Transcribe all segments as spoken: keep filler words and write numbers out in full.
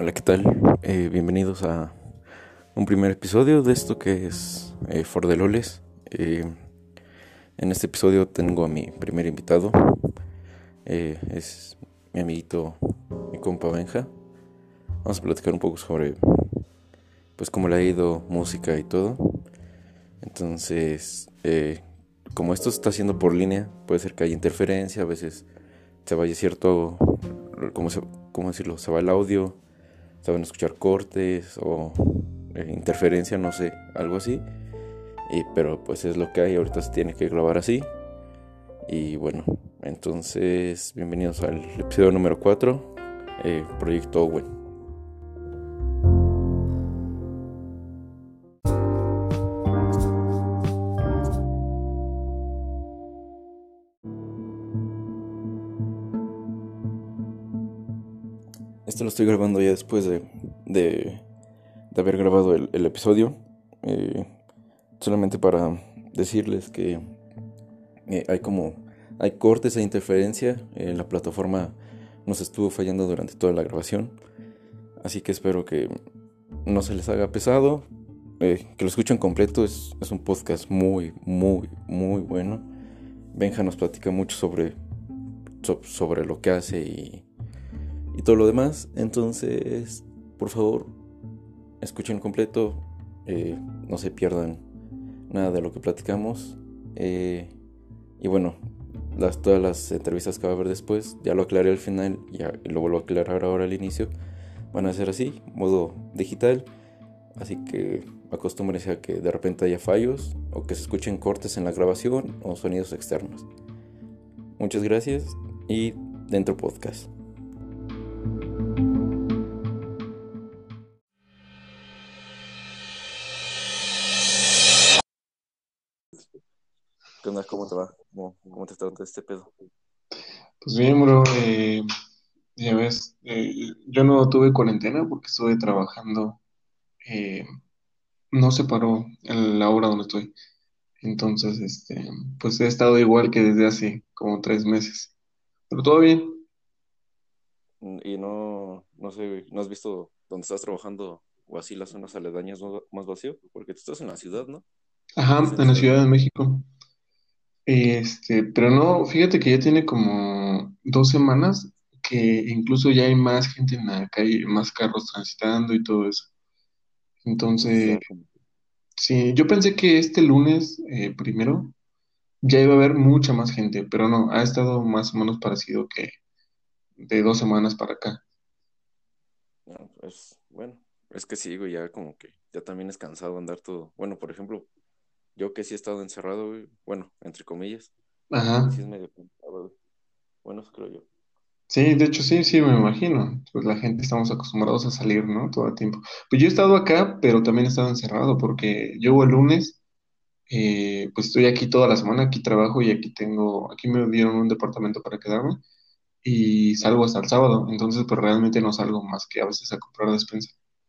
Hola, ¿qué tal? Eh, bienvenidos a un primer episodio de esto que es eh, For the Loles. Eh, en este episodio tengo a mi primer invitado. Eh, es mi amiguito, mi compa Benja. Vamos a platicar un poco sobre, pues, cómo le ha ido música y todo. Entonces, eh, como esto se está haciendo por línea, puede ser que haya interferencia, a veces se vaya cierto, ¿cómo, se, cómo decirlo? Se va el audio, se van a escuchar cortes o eh, interferencia, no sé, algo así. Y, pero pues es lo que hay, ahorita se tiene que grabar así. Y bueno, entonces bienvenidos al episodio número cuatro, eh, Proyecto Owen. Esto lo estoy grabando ya después de, de, de haber grabado el, el episodio. Eh, solamente para decirles que eh, hay como hay cortes e interferencia. Eh, la plataforma nos estuvo fallando durante toda la grabación, así que espero que no se les haga pesado, eh, que lo escuchen completo. Es, es un podcast muy, muy, muy bueno. Benja nos platica mucho sobre, so- sobre lo que hace y, y todo lo demás. Entonces, por favor, escuchen completo, eh, no se pierdan nada de lo que platicamos. Eh, y bueno, las, todas las entrevistas que va a haber después, ya lo aclaré al final y, a- y lo vuelvo a aclarar ahora al inicio, van a ser así, modo digital. Así que acostúmbrense a que de repente haya fallos o que se escuchen cortes en la grabación o sonidos externos. Muchas gracias y dentro podcast. ¿Qué onda? ¿Cómo te va? ¿Cómo, cómo te está dando este pedo? Pues bien, bro, eh, ya ves, eh, yo no tuve cuarentena porque estuve trabajando, eh, no se paró en la hora donde estoy. Entonces, este, pues he estado igual que desde hace como tres meses. Pero todo bien. Y no, no sé, güey, ¿no has visto dónde estás trabajando o así las zonas aledañas más, más vacío? Porque tú estás en la ciudad, ¿no? Ajá, ¿Estás en la en la Ciudad de Ciudad de México? México. Este, pero no, fíjate que ya tiene como dos semanas que incluso ya hay más gente en la calle, más carros transitando y todo eso. Entonces Entonces, ya como que sí, yo pensé que este lunes, eh, primero, ya iba a haber mucha más gente, pero no, ha estado más o menos parecido que de dos semanas para acá. no, pues bueno, es que sí, güey, ya como que ya también es cansado andar todo. Bueno, por ejemplo, yo que sí he estado encerrado, güey, bueno, entre comillas, y Ajá. sí es medio cansado, güey. Bueno, eso creo yo. Sí, de hecho sí, sí, me imagino. Pues la gente estamos acostumbrados a salir, ¿no? Todo el tiempo. Pues yo he estado acá, pero también he estado encerrado porque yo el lunes, eh, pues estoy aquí toda la semana, aquí trabajo y aquí tengo, aquí me dieron un departamento para quedarme y salgo hasta el sábado. Entonces, pues realmente no salgo más que a veces a comprar despensa.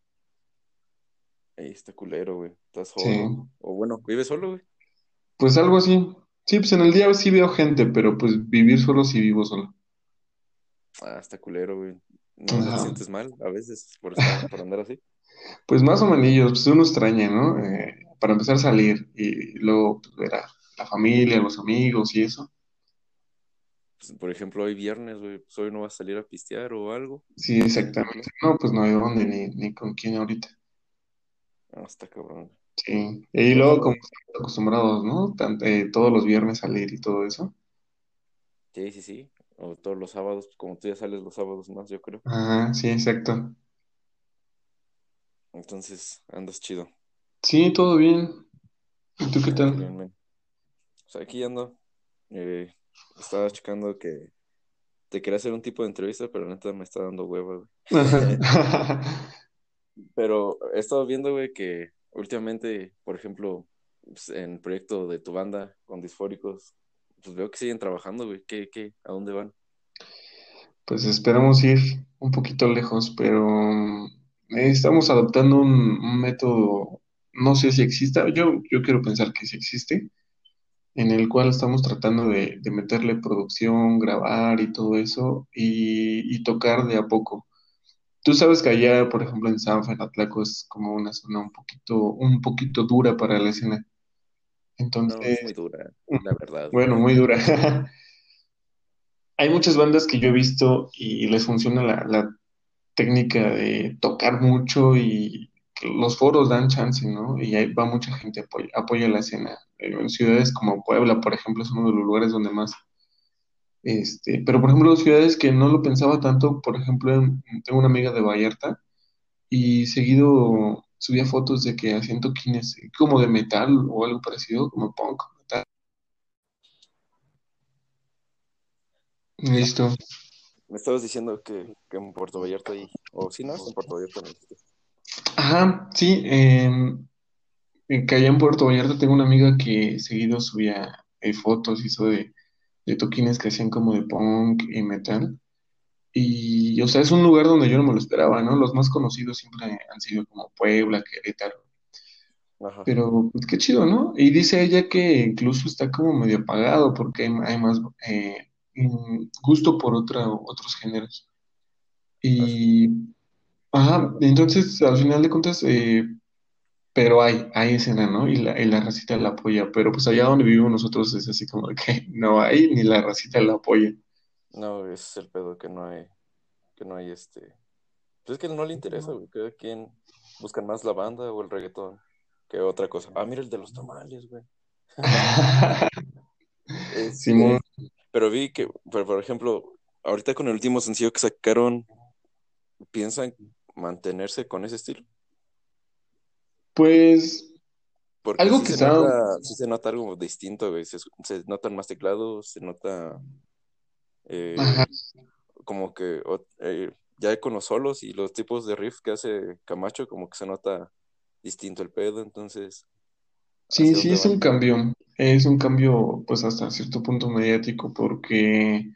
Ahí está culero, güey. Estás Sí, solo. O bueno, ¿vives solo, güey? pues algo así. Sí, pues en el día sí veo gente, pero pues vivir solo sí vivo solo. Ah, está culero, güey. ¿No, no te Ajá. sientes mal a veces por estar, por andar así? Pues más o menos, pues uno extraña, ¿no? Eh, para empezar a salir y luego pues, ver a la familia, los amigos y eso. Pues, por ejemplo, hoy viernes, güey, pues hoy no vas a salir a pistear o algo. Sí, ¿Algún exactamente. plan? No, pues no hay dónde ni, ni con quién ahorita. Ah, está cabrón. Sí. Y Bueno, luego como pero estamos acostumbrados, ¿no? Tan- eh, todos los viernes salir y todo eso. sí, sí, sí. O todos los sábados, pues, como tú ya sales los sábados más, yo creo. Ajá, sí, exacto. Entonces, andas chido. Sí, todo bien. ¿Y tú qué Ah, qué bien, tal? men. O sea, aquí ando. Eh, estaba checando que te quería hacer un tipo de entrevista, pero la neta me está dando hueva, güey. Ajá. Pero he estado viendo, güey, que últimamente, por ejemplo, pues, en el proyecto de tu banda con Disfóricos, pues veo que siguen trabajando, güey. ¿Qué, qué? ¿A dónde van? Pues esperamos ir un poquito lejos, pero mm, eh, estamos adoptando un, un método, no sé si exista, yo, yo quiero pensar que sí existe, en el cual estamos tratando de, de meterle producción, grabar y todo eso, y, y tocar de a poco. Tú sabes que allá, por ejemplo, en Sanfa, en Atlaco, es como una zona un poquito, un poquito dura para la escena. No, es muy Entonces, dura, la verdad. bueno, muy dura. Hay muchas bandas que yo he visto y les funciona la, la técnica de tocar mucho y que los foros dan chance, ¿no? Y ahí va mucha gente, apoya, apoya la escena. Eh, En ciudades como Puebla, por ejemplo, es uno de los lugares donde más, este, pero por ejemplo, ciudades que no lo pensaba tanto, por ejemplo, en- tengo una amiga de Vallarta y seguido subía fotos de que hacían toquines eh, como de metal o algo parecido, como punk, metal. Listo. Me estabas diciendo que, que en Puerto Vallarta hay, o sí, ¿no? Es en Puerto Vallarta, me dijiste. Ajá, sí, em, en que allá en Puerto Vallarta tengo una amiga que seguido subía eh, fotos, hizo de, de toquines que hacían como de punk y metal. Y, o sea, es un lugar donde yo no me lo esperaba, ¿no? Los más conocidos siempre han sido como Puebla, Querétaro. Ajá. Pero, pues qué chido, ¿no? Y dice ella que incluso está como medio apagado porque hay, hay más eh, mm, gusto por otra, otros géneros. Así. Y, ajá, entonces, al final de cuentas, eh, pero hay, hay escena, ¿no? Y la, y la racita la apoya, pero pues allá donde vivimos nosotros es así como de que no hay ni la racita la apoya. No, ese es el pedo que no hay, que no hay este. Pues es que no le interesa, güey. Cada quien buscan más la banda o el reggaetón que otra cosa. Ah, mira el de los tamales, güey. Simón, Este, pero vi que, por, por ejemplo, ahorita con el último sencillo que sacaron, ¿piensan mantenerse con ese estilo? pues Porque algo sí que se está, nota, sí se nota algo distinto, güey. Se, se notan más teclados, se nota ajá, eh, como que o- eh, ya con los solos y los tipos de riff que hace Camacho, como que se nota distinto el pedo, entonces, sí, ¿hacia sí dónde es van? un cambio, es un cambio pues hasta cierto punto mediático porque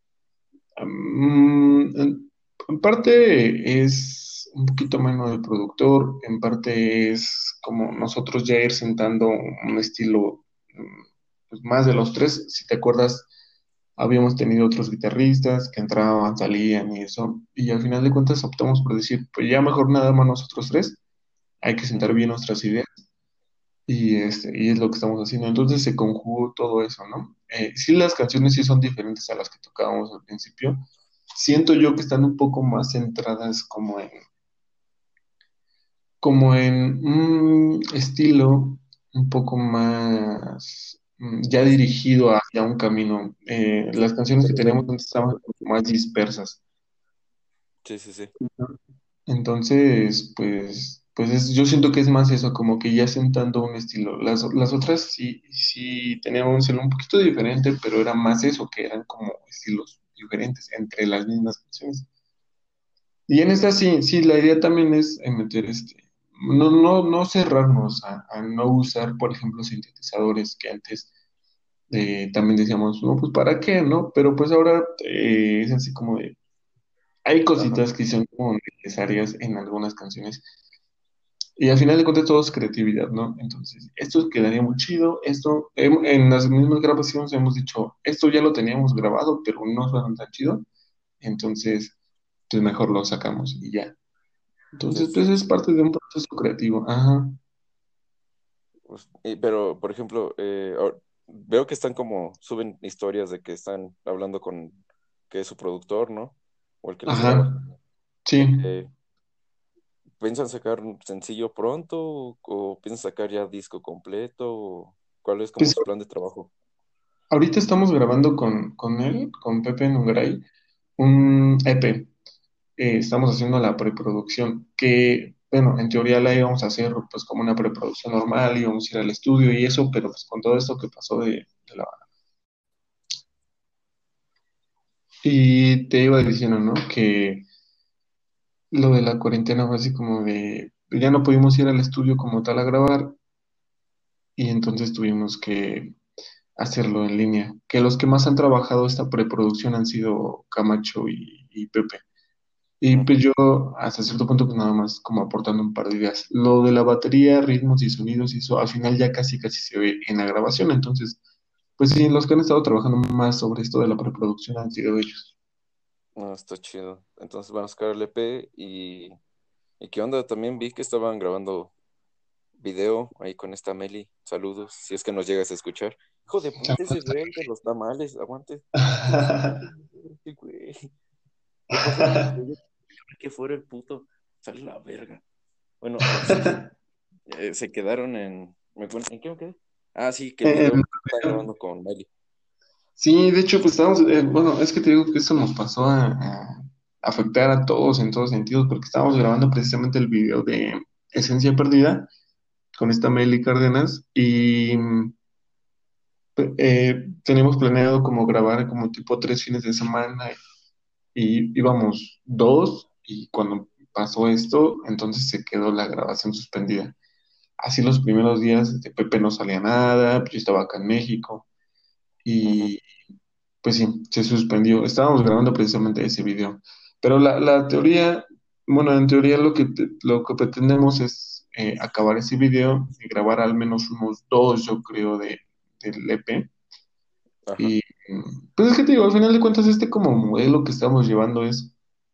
mm, en, en parte es un poquito menos de productor, en parte es como nosotros ya ir sentando un estilo mm, pues, más de los tres, si te acuerdas, habíamos tenido otros guitarristas que entraban, salían y eso, y al final de cuentas optamos por decir, pues ya mejor nada más nosotros tres, hay que sentar Ujú. bien nuestras ideas y, este, y es lo que estamos haciendo. Entonces se conjugó todo eso, ¿no? Eh, sí, las canciones sí son diferentes a las que tocábamos al principio. Siento yo que están un poco más centradas como en, como en un estilo un poco más mm, ya Más, dirigido hacia un camino. Eh, las canciones que teníamos antes estaban como más dispersas. sí, sí, sí. Entonces, pues, pues es- yo siento que es más eso, como que ya sentando un estilo. Las, las otras sí, sí tenían un estilo un poquito diferente, pero era más eso, que eran como estilos diferentes entre las mismas canciones. Y en esta sí, sí, la idea también es eh, meter este, no, no, no cerrarnos a, a no usar, por ejemplo, sintetizadores que antes eh, también decíamos, no, pues ¿para qué, no? Pero pues ahora eh, es así como de, hay Ajá. cositas que son como necesarias en algunas canciones. Y al final de cuentas todo es creatividad, ¿no? Entonces, esto quedaría muy chido. Esto, em- en las mismas grabaciones hemos dicho, esto ya lo teníamos grabado, pero no suena tan chido. Entonces, pues mejor lo sacamos y ya. Sí, Entonces, pues sí. es parte de un proceso creativo. Ajá, Pues, y- pero, por ejemplo, eh, ahor- veo que están como, suben historias de que están hablando con, que es su productor, ¿no? O el que les graba. ajá, sí. Eh, ¿Piensan sacar un sencillo pronto o, o piensan sacar ya disco completo? ¿O cuál es como Pues su plan de trabajo? ahorita estamos grabando con, con él, con Pepe Nungaray, un E P. Eh, estamos haciendo la preproducción, que, bueno, en teoría la íbamos a hacer pues como una preproducción normal, íbamos a ir al estudio y eso, pero pues con todo esto que pasó de, de la... Y te iba diciendo, ¿no? Que lo de la cuarentena fue así como de, ya no pudimos ir al estudio como tal a grabar y entonces tuvimos que hacerlo en línea, que los que más han trabajado esta preproducción han sido Camacho y, y Pepe. Y Ujú. pues yo hasta cierto punto pues nada más como aportando un par de ideas. Lo de la batería, ritmos y sonidos y eso al final ya casi casi se ve en la grabación. Entonces, pues sí, los que han estado trabajando más sobre esto de la preproducción han sido ellos. No, está chido. entonces van a sacar el E P y, y qué onda, también vi que estaban grabando video ahí con esta Meli, saludos, si es que nos llegas a escuchar. Hijo de puta, ese güey de los tamales, aguante. ¿Qué chingados ese güey? ¿Qué pasó con el proyecto? Que fuera el puto, sale la verga. Bueno, entonces eh, se quedaron en, ¿me pon- ¿en qué me quedé? Ah, sí, que el Em, video está grabando con Meli. sí, de hecho, pues estábamos, eh, bueno, es que te digo que eso nos pasó a, a afectar a todos en todos sentidos, porque estábamos grabando precisamente el video de Esencia Perdida con esta Meli Cárdenas y mm, eh, teníamos planeado como grabar como tipo tres fines de semana y íbamos dos y cuando pasó esto, entonces se quedó la grabación suspendida. Así los primeros días de Pepe no salía nada, pues yo estaba acá en México Ujú. y pues sí, se suspendió. Estábamos grabando precisamente ese video. Pero la, la teoría, bueno, en teoría lo que, te- lo que pretendemos es eh, acabar ese video y grabar al menos unos dos, yo creo, de, del E P. Ajá. Y mm, pues es que te digo, al final de cuentas, este como modelo que estamos llevando es,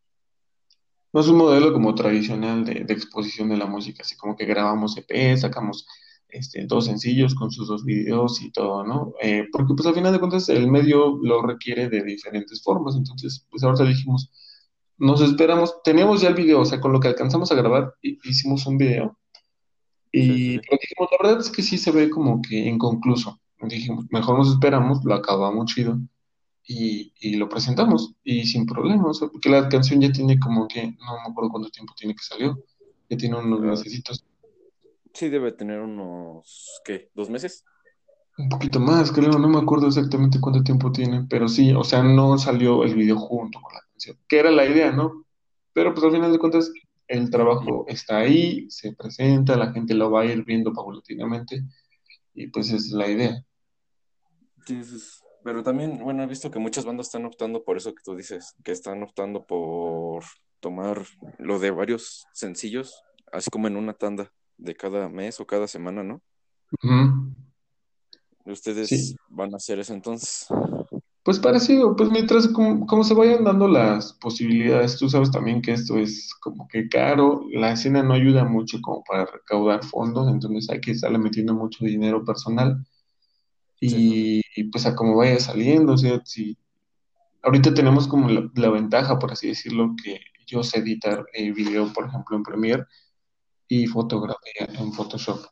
no es un modelo como tradicional de, de exposición de la música, así como que grabamos E P, sacamos este, dos sencillos con sus dos videos y todo, ¿no? Eh, porque pues al final de cuentas el medio lo requiere de diferentes formas, entonces pues ahora dijimos, nos esperamos, teníamos ya el video, o sea, con lo que alcanzamos a grabar, hi- hicimos un video Sí, sí, y sí. pero dijimos, la verdad es que sí se ve como que inconcluso. Dijimos, mejor nos esperamos, lo acabamos chido y, y lo presentamos y sin problemas, o sea, porque la canción ya tiene como que, no me acuerdo cuánto tiempo tiene que salió, ya tiene unos Ah, mesecitos, sí, debe tener unos, ¿qué? ¿Dos meses? un poquito más, creo, no me acuerdo exactamente cuánto tiempo tiene, pero sí, o sea, no salió el video junto con la canción, que era la idea, ¿no? Pero pues al final de cuentas el trabajo está ahí, se presenta, la gente lo va a ir viendo paulatinamente y pues esa es la idea. Sí, sí, sí. Pero también, bueno, he visto que muchas bandas están optando por eso que tú dices, que están optando por tomar lo de varios sencillos, así como en una tanda de cada mes o cada semana, ¿no? Ujú. Ustedes Sí, van a hacer eso entonces. pues parecido, pues mientras como, como se vayan dando las posibilidades, tú sabes también que esto es como que caro, la escena no ayuda mucho como para recaudar fondos, entonces hay que estarle metiendo mucho dinero personal Sí, sí, sí. y, y, pues a como vaya saliendo, o sea, si ahorita tenemos como la, la ventaja, por así decirlo, que yo sé editar eh, video, por ejemplo, en Premiere y fotografía en Photoshop.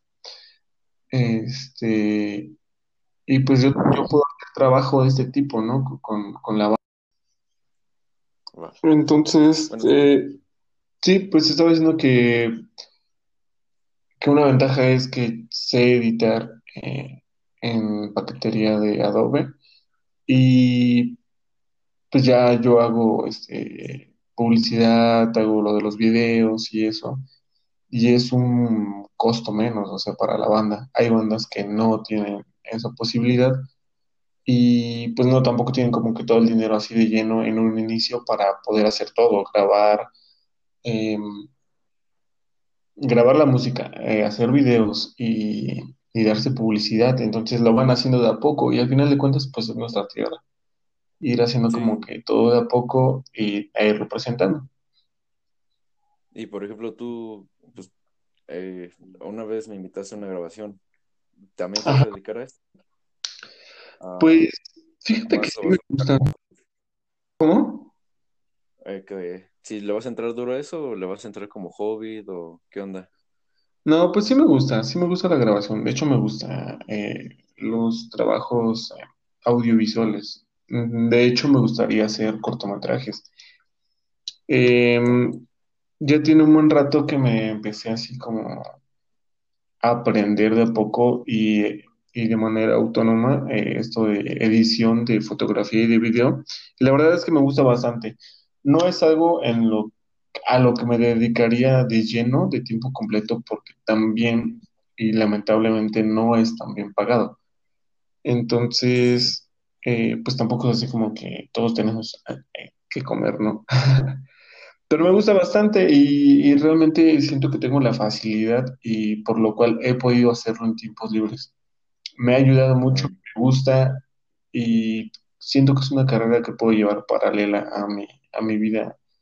Este, y pues yo, yo puedo hacer trabajo de este tipo, ¿no? Con, con la Va. entonces, Bueno, eh, sí, pues estaba diciendo que, que una ventaja es que sé editar eh, en paquetería de Adobe y pues ya yo hago este, publicidad, hago lo de los videos y eso, y es un costo menos, o sea, para la banda. Hay bandas que no tienen esa posibilidad y pues no, tampoco tienen como que todo el dinero así de lleno en un inicio para poder hacer todo, grabar. em, grabar la música, eh, hacer videos y, y darse publicidad. Entonces lo van haciendo de a poco y al final de cuentas, pues es nuestra tierra. Ir haciendo como sí. que todo de a poco y, e ir representando. Y por ejemplo, tú, pues, eh, una vez me invitaste a una grabación. ¿También te vas Ajá, a dedicar a esto? Ah, pues fíjate que ¿más sí o me vas a gusta. buscar ¿Cómo? eh, que si le vas a entrar duro a eso o le vas a entrar como hobby o qué onda? No, pues sí me gusta, sí me gusta la grabación. De hecho, me gusta eh, los trabajos eh, audiovisuales. Mm, De hecho, me gustaría hacer cortometrajes. Em, ya tiene un buen rato que me empecé así como aprender de a poco y, y de manera autónoma eh, esto de edición de fotografía y de video. Y la verdad es que me gusta bastante. No es algo en lo, a lo que me dedicaría de lleno, de tiempo completo, porque también y lamentablemente no es tan bien pagado. Sí, sí, sí. Entonces, eh, pues tampoco es así como que todos tenemos eh, que comer, ¿no? Pero me Ujú. gusta bastante y, y realmente siento que tengo la facilidad y por lo cual he podido hacerlo en tiempos libres. Me ha ayudado mucho, Mm, me gusta y siento que es una carrera que puedo llevar paralela a mi, a mi vida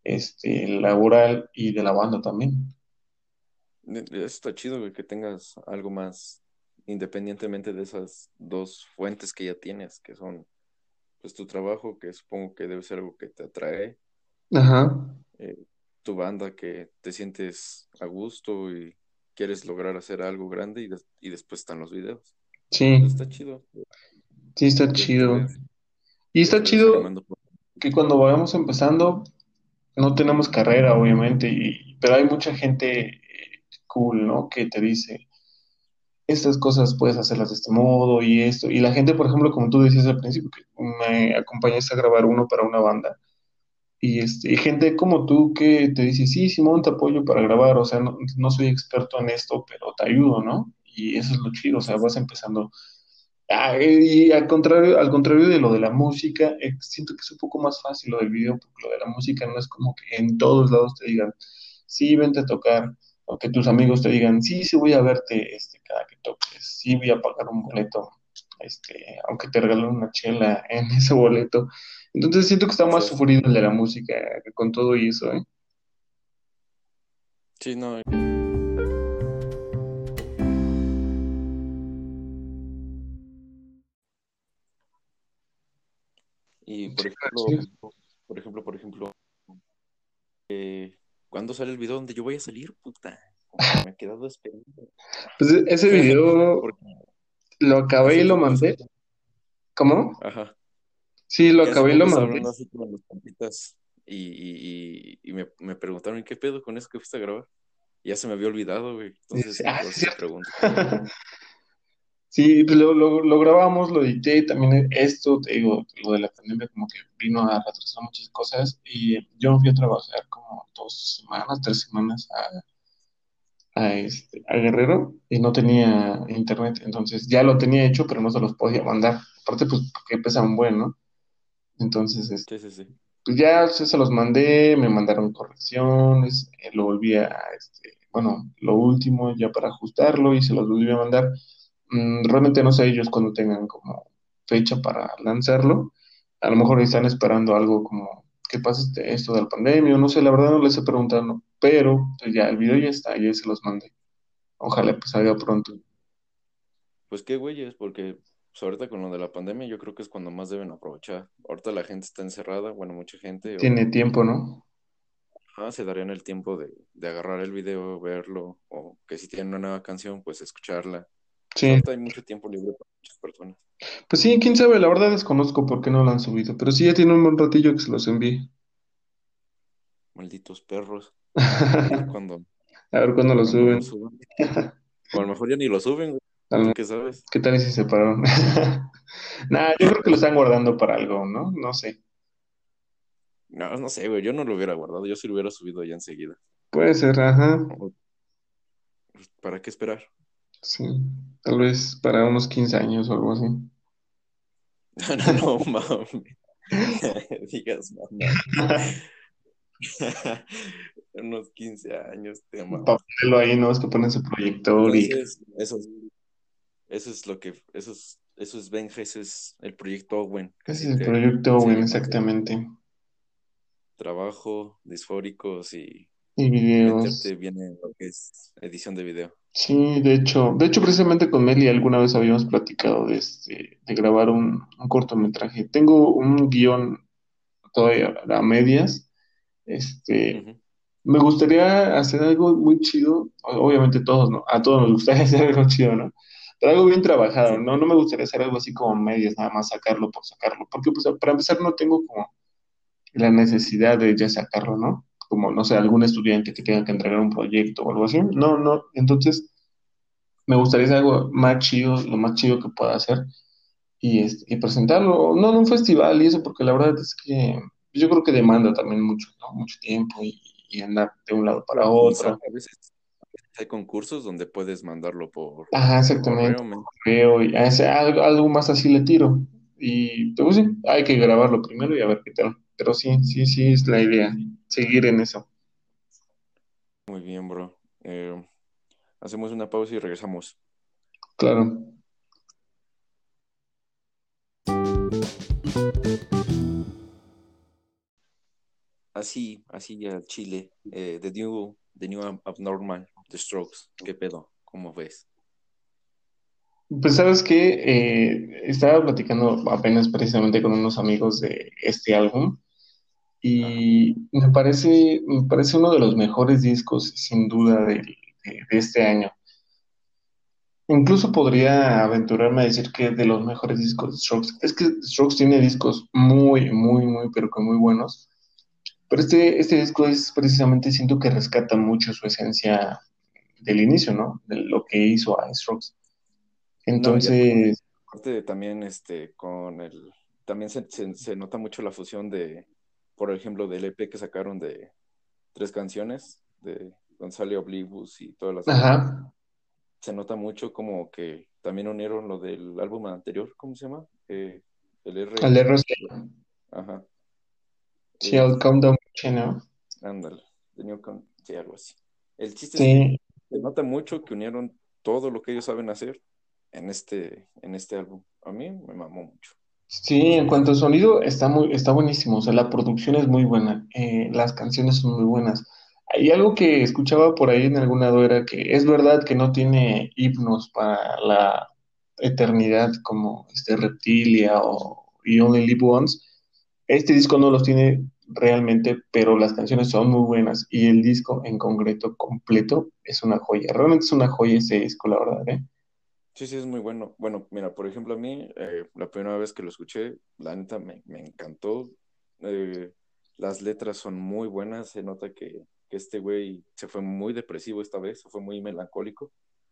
este, laboral y de la banda también. Eh, Eso está chido, güey, que tengas algo más independientemente de esas dos fuentes que ya tienes, que son pues tu trabajo, que supongo que debe ser algo que te atrae, Ajá, eh, tu banda que te sientes a gusto y quieres lograr hacer algo grande y, des- y después están los videos. sí, Pues está chido sí está que te chido. des, Y que está te des chido quemando por... que cuando vayamos empezando, no tenemos carrera, obviamente, y, pero hay mucha gente eh, cool, ¿no? Que te dice, estas cosas puedes hacerlas de este modo y esto. Y la gente, por ejemplo, como tú decías al principio, que me acompañaste a grabar uno para una banda. Y, este, y gente como tú que te dice, sí, Simón, te apoyo para grabar, o sea, no, no soy experto en esto, pero te ayudo, ¿no? Y eso es lo chido, o sea, Sí, sí. vas empezando. Ah, y al contrario, al contrario de lo de la música, eh, siento que es un poco más fácil lo del video, porque lo de la música no es como que en todos lados te digan, sí, vente a tocar, o que tus amigos te digan, sí, sí voy a verte este, cada que toques, sí voy a pagar un boleto, este, aunque te regalen una chela en ese boleto. Entonces siento que está más Sí, sí. sufrido el de la música con todo y eso, ¿eh? Sí, no. Y por ejemplo, Sí. por ejemplo, por ejemplo, ¿cuándo sale el video donde yo voy a salir, puta? Como que me he quedado esperando. Pues e- ese video Porque lo acabé y hace lo poco mandé. estaba, ¿Cómo? ajá, Sí, lo que hace acabé y lo poco estaba mandé. hablando así con los compitas y, y, y, y me, me preguntaron, ¿qué pedo con eso que fuiste a grabar? Y ya se me había olvidado, güey. Y Entonces, dice, ah, por sí, eso es te cierto. pregunto, ¿qué pedo? Sí, pues lo, lo, lo grabamos, lo edité, también esto, te digo, lo de la pandemia como que vino a retrasar muchas cosas y yo me fui a trabajar como dos semanas, tres semanas a, a, este, a Guerrero y no tenía internet, entonces ya lo tenía hecho, pero no se los podía mandar. Aparte, pues porque pesa un buen, ¿no? Entonces, este, Sí, sí, sí. pues ya se, se los mandé, me mandaron correcciones, eh, lo volví a, este, bueno, lo último ya para ajustarlo y se los volví a mandar. Mm, realmente no sé ellos cuando tengan como fecha para lanzarlo. A lo mejor están esperando algo como que pase este- esto de la pandemia, o no sé, la verdad no les he preguntado, no, pero pues ya el video ya está, ya se los mandé. Ojalá pues salga pronto. Pues qué güeyes, porque pues, ahorita con lo de la pandemia yo creo que es cuando más deben aprovechar. Ahorita la gente está encerrada, bueno, mucha gente, Tiene o tiempo, ¿no? ah, se darían el tiempo de, de agarrar el video, verlo, o que si tienen una nueva canción, pues escucharla. Pues Sí, ahorita hay mucho tiempo libre para muchas personas. pues sí, quién sabe, la verdad desconozco por qué no lo han subido, pero sí ya tiene un buen ratillo que se los envié. Malditos perros. A ver cuándo, A ver cuándo lo cuándo lo suben. suban. O a lo mejor ya ni lo suben, güey. ¿Tú Al- qué sabes? ¿Qué tal y si se separaron? Nada, yo creo que lo están guardando para algo, ¿no? No sé. No, no sé, güey. Yo no lo hubiera guardado. Yo sí lo hubiera subido ya enseguida. Puede ser, ajá. O- pues, ¿para qué esperar? Sí. Tal vez para unos quince años o algo así. No, no, no, mames. Digas, mamá. Unos quince años, te Para mamas. ponerlo ahí, ¿no? Es que ponen su proyector y Entonces, eso, es- eso es lo que, eso es, eso es Benja, ese es el proyecto Owen, que ese así es el te, proyecto se Owen, llama, se llama. exactamente. Trabajo, disfóricos y Y videos. meterte bien en lo que es edición de video. Sí, de hecho, de hecho, precisamente con Meli alguna vez habíamos platicado de este, de grabar un, un cortometraje. Tengo un guión todavía a medias. Este, Ujú. me gustaría hacer algo muy chido. o- Obviamente todos, ¿no? A todos nos gustaría hacer algo chido, ¿no? Pero algo bien trabajado, Sí, ¿no? No me gustaría hacer algo así como medias, nada más sacarlo por sacarlo. Porque, pues, para empezar, no tengo como la necesidad de ya sacarlo, ¿no? Como, no sé, algún estudiante que tenga que entregar un proyecto o algo así. No, no. Entonces, me gustaría hacer algo más chido, lo más chido que pueda hacer y, este, y presentarlo, no en un festival y eso, porque la verdad es que yo creo que demanda también mucho, ¿no? Mucho tiempo y, y andar de un lado para organizar, otro. a veces hay concursos donde puedes mandarlo por, Ajá, por exactamente, correo, men. creo, y a ese- algo, algo más así le tiro. Y pues sí, hay que grabarlo primero y a ver qué tal. Pero sí, sí, sí, es la idea, seguir en eso. Muy bien, bro. Eh, hacemos una pausa y regresamos. Claro. así, así al chile, eh, The New, The New Ab- Abnormal, The Strokes, ¿qué pedo? ¿Cómo ves? Pues sabes que estaba platicando apenas precisamente con unos amigos de este álbum Ajá. y me parece, me parece uno de los mejores discos sin duda de, de- de este año. Incluso podría aventurarme a decir que de los mejores discos de Strokes. Es que Strokes tiene discos muy, muy, muy, pero que muy buenos. Pero este, este disco es precisamente, siento que rescata mucho su esencia del inicio, ¿no? De lo que hizo a Strokes. No, y aparte, Entonces, aparte también este, con el, también se, se, se nota mucho la fusión de, por ejemplo, del E P que sacaron de tres canciones, de Gonzalo Oblivus y todas las demás. ajá, Se nota mucho como que también unieron lo del álbum anterior, ¿cómo se llama? Eh, el al R, R C, ajá, sí, al el, Countdown Channel. ándale, The New Con- sí, algo así. El chiste es que Sí, se nota mucho que unieron todo lo que ellos saben hacer en este, en este álbum. A mí me mamó mucho. sí, en cuanto a sonido, está muy, está buenísimo. O sea, la producción es muy buena, eh, las canciones son muy buenas. Y algo que escuchaba por ahí en algún lado era que es verdad que no tiene himnos para la eternidad como este Reptilia o You Only Live Once. Este disco no los tiene realmente, pero las canciones son muy buenas y el disco en concreto completo es una joya. Realmente es una joya ese disco, la verdad, ¿eh? Sí, sí, es muy bueno. Bueno, mira, por ejemplo, a mí, eh, la primera vez que lo escuché, la neta me, me encantó. Eh, las letras son muy buenas. Se nota que, que este güey se fue muy depresivo esta vez, se fue muy melancólico,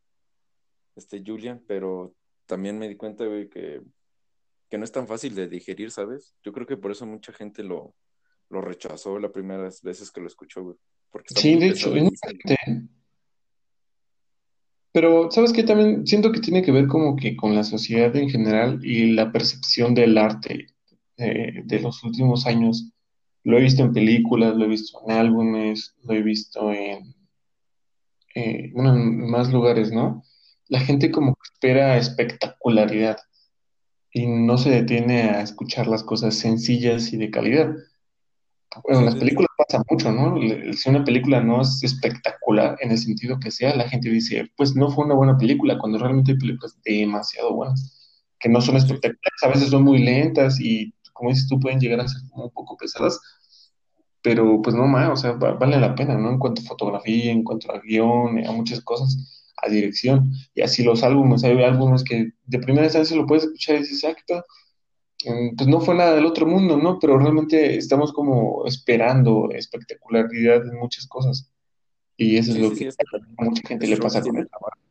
este Julian, pero también me di cuenta, güey, que, que no es tan fácil de digerir, ¿sabes? Yo creo que por eso mucha gente lo, lo rechazó las primeras veces que lo escuchó, güey, porque está Sí, muy de hecho, es mucha pesadísimo. gente, ¿eh? Pero, ¿sabes qué? También siento que tiene que ver como que con la sociedad en general y la percepción del arte eh, de los últimos años. Lo he visto en películas, lo he visto en álbumes, lo he visto en, eh, bueno, en más lugares, ¿no? La gente como que espera espectacularidad y no se detiene a escuchar las cosas sencillas y de calidad. Bueno, en Sí, las de hecho, películas pasa mucho, ¿no? Le- Si una película no es espectacular en el sentido que sea, la gente dice, pues no fue una buena película, cuando realmente hay películas demasiado buenas, que no son sí, espectaculares, a veces son muy lentas y, como dices tú, pueden llegar a ser como un poco pesadas, pero pues no más, o sea, va- vale la pena, ¿no? En cuanto a fotografía, en cuanto a guión, eh, a muchas cosas, a dirección, y así los álbumes, hay álbumes que de primera instancia lo puedes escuchar y dices, ah, ¿qué tal? Mm, Pues no fue nada del otro mundo, ¿no? Pero realmente estamos como esperando espectacularidad en muchas cosas. Y eso es sí, lo sí, que sí, es que a también mucha gente le Strokes pasa con tiene él. la vara,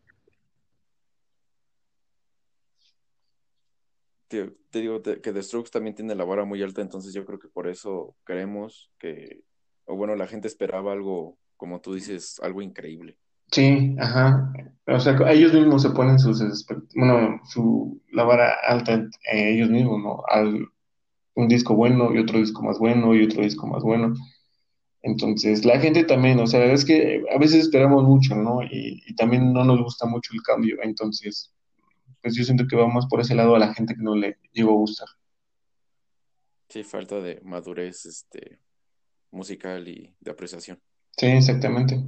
te, te digo te- que The Strokes también tiene la vara muy alta, entonces yo creo que por eso creemos que, o bueno, la gente esperaba algo, como tú dices, algo increíble. Sí, ajá. O sea, ellos mismos se ponen sus, espe- bueno, su, la vara alta eh, ellos mismos, ¿no? Al, un disco bueno y otro disco más bueno y otro disco más bueno. Entonces, la gente también, o sea, es que a veces esperamos mucho, ¿no? Y, y también no nos gusta mucho el cambio. Entonces, pues yo siento que va más por ese lado a la gente que no le llegó a gustar. Sí, falta de madurez, este, musical y de apreciación. Sí, exactamente.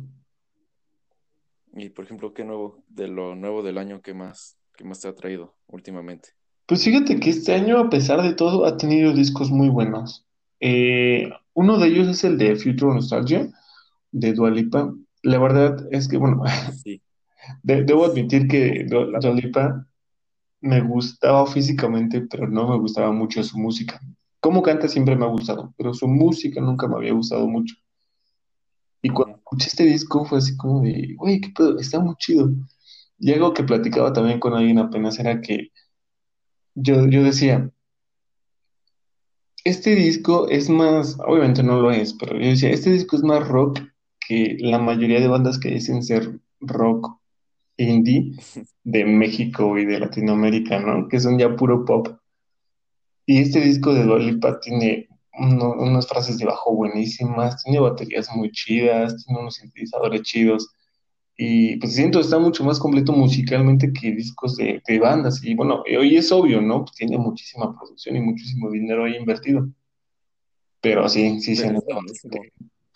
Y por ejemplo, ¿qué nuevo, de lo nuevo del año, qué más, qué más te ha traído últimamente? Pues fíjate que este año, a pesar de todo, ha tenido discos muy buenos. Eh, uno de ellos es el de Future Nostalgia, de Dua Lipa. La verdad es que, bueno, Uf, sí, de- debo uf, admitir que uf, Dua la- Dua Lipa me gustaba físicamente, pero no me gustaba mucho su música. Cómo canta siempre me ha gustado, pero su música nunca me había gustado mucho. Y cuando ujú. escuché este disco fue así como de, güey, qué pedo, está muy chido. Y algo que platicaba también con alguien apenas era que yo, yo decía, este disco es más, obviamente no lo es, pero yo decía, este disco es más rock que la mayoría de bandas que dicen ser rock indie de México y de Latinoamérica, ¿no? Que son ya puro pop. Y este disco de Dua Lipa tiene uno- unas frases de bajo buenísimas, tiene baterías muy chidas, tiene unos sintetizadores chidos. Y pues siento está mucho más completo musicalmente que discos de, de bandas. Y bueno, hoy es obvio, ¿no? Pues tiene muchísima producción y muchísimo dinero ahí invertido. pero sí, sí se Pero es nota bastante. buenísimo.